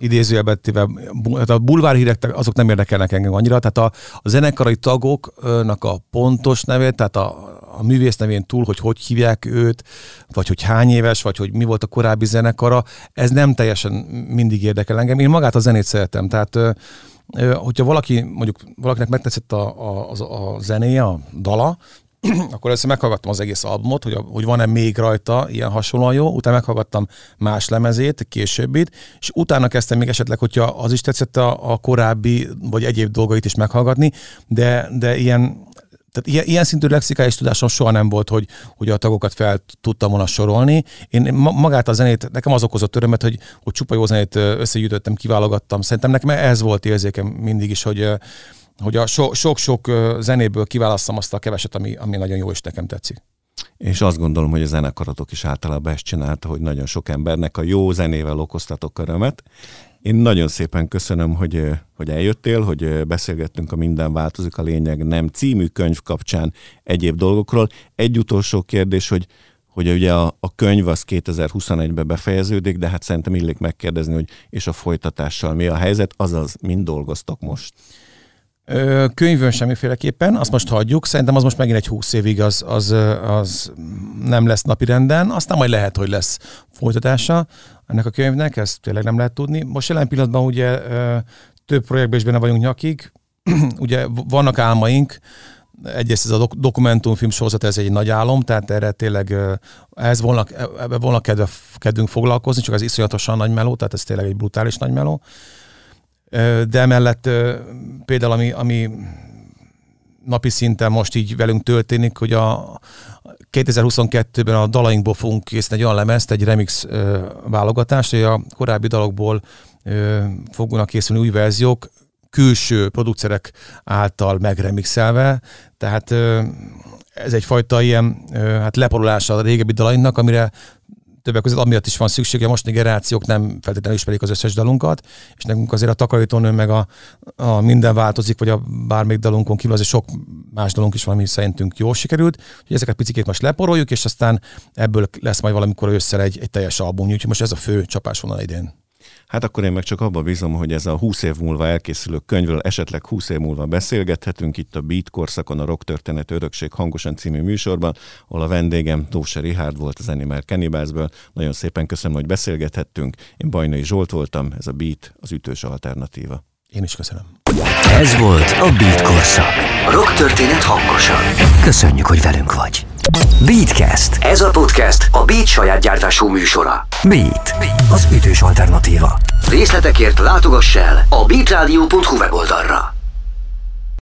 idézőjelben téve, a bulvárhírek azok nem érdekelnek engem annyira, tehát a, a zenekarai tagoknak a pontos nevét, tehát a, a művész nevén túl, hogy hogy hívják őt, vagy hogy hány éves, vagy hogy mi volt a korábbi zenekara, ez nem teljesen mindig érdekel engem. Én magát a zenét szeretem, tehát hogyha valaki, mondjuk valakinek megtetszett a, a, a, a zenéje, a dala, akkor először meghallgattam az egész albumot, hogy, a, hogy van-e még rajta ilyen hasonlóan jó, utána meghallgattam más lemezét, későbbit, és utána kezdtem még esetleg, hogyha az is tetszett a, a korábbi, vagy egyéb dolgait is meghallgatni, de, de ilyen, tehát ilyen, ilyen szintű lexikális tudásom soha nem volt, hogy, hogy a tagokat fel tudtam volna sorolni. Én magát a zenét, nekem az okozott örömet, hogy, hogy csupa jó zenét összegyűjtöttem, kiválogattam. Szerintem nekem ez volt érzékem mindig is, hogy hogy a so, sok-sok zenéből kiválasszam azt a keveset, ami, ami nagyon jó és nekem tetszik. És azt gondolom, hogy a zenekaratok is általában ezt csinálta, hogy nagyon sok embernek a jó zenével okoztatok örömet. Én nagyon szépen köszönöm, hogy, hogy eljöttél, hogy beszélgettünk a Minden változik, a lényeg nem című könyv kapcsán egyéb dolgokról. Egy utolsó kérdés, hogy hogy ugye a, a könyv az kétezer-huszonegyben befejeződik, de hát szerintem illik megkérdezni, hogy és a folytatással mi a helyzet, azaz mind dolgoztok most? Könyvön semmiféleképpen, azt most hagyjuk, szerintem az most megint egy húsz évig az, az, az nem lesz napirenden, aztán majd lehet, hogy lesz folytatása ennek a könyvnek, ezt tényleg nem lehet tudni. Most jelen pillanatban ugye több projektben is benne vagyunk nyakig, ugye vannak álmaink, egyrészt ez a dok- dokumentumfilm sorozat, ez egy nagy álom, tehát erre tényleg ez volna, ebbe volna kedve, kedvünk foglalkozni, csak ez iszonyatosan nagy meló, tehát ez tényleg egy brutális nagy meló. De emellett például, ami, ami napi szinten most így velünk történik, hogy a kétezer-huszonkettőben a dalainkból fogunk készíteni egy olyan lemezt, egy remix válogatást, hogy a korábbi dalokból fognak készülni új verziók, külső producerek által megremixelve, tehát ez egyfajta ilyen hát leporolása a régebbi dalainknak, amire többek között amiatt is van szüksége, most generációk nem feltétlenül ismerik az összes dalunkat, és nekünk azért a Takarítónő meg a, a Minden változik, vagy a bármelyik dalunkon kívül azért sok más dalunk is van, ami szerintünk jól sikerült, hogy ezeket picikét most leporoljuk, és aztán ebből lesz majd valamikor ősszel egy, egy teljes album, úgyhogy most ez a fő csapásvonal idén. Hát akkor én meg csak abba bízom, hogy ez a húsz év múlva elkészülő könyvről esetleg húsz év múlva beszélgethetünk itt a Beat korszakon, a Rock Történet Örökség hangosan című műsorban, ahol a vendégem Tóse Richárd volt az Animal Cannibalsből. Nagyon szépen köszönöm, hogy beszélgethettünk. Én Bajnai Zsolt voltam, ez a Beat, az ütős alternatíva. Én is köszönöm. Ez volt a Beat korszak. Rock történet hangosan. Köszönjük, hogy velünk vagy. Beatcast. Ez a podcast a Beat saját gyártású műsora. Beat, az ütős alternatíva. Részletekért látogass el a beatradio pont hu weboldalra.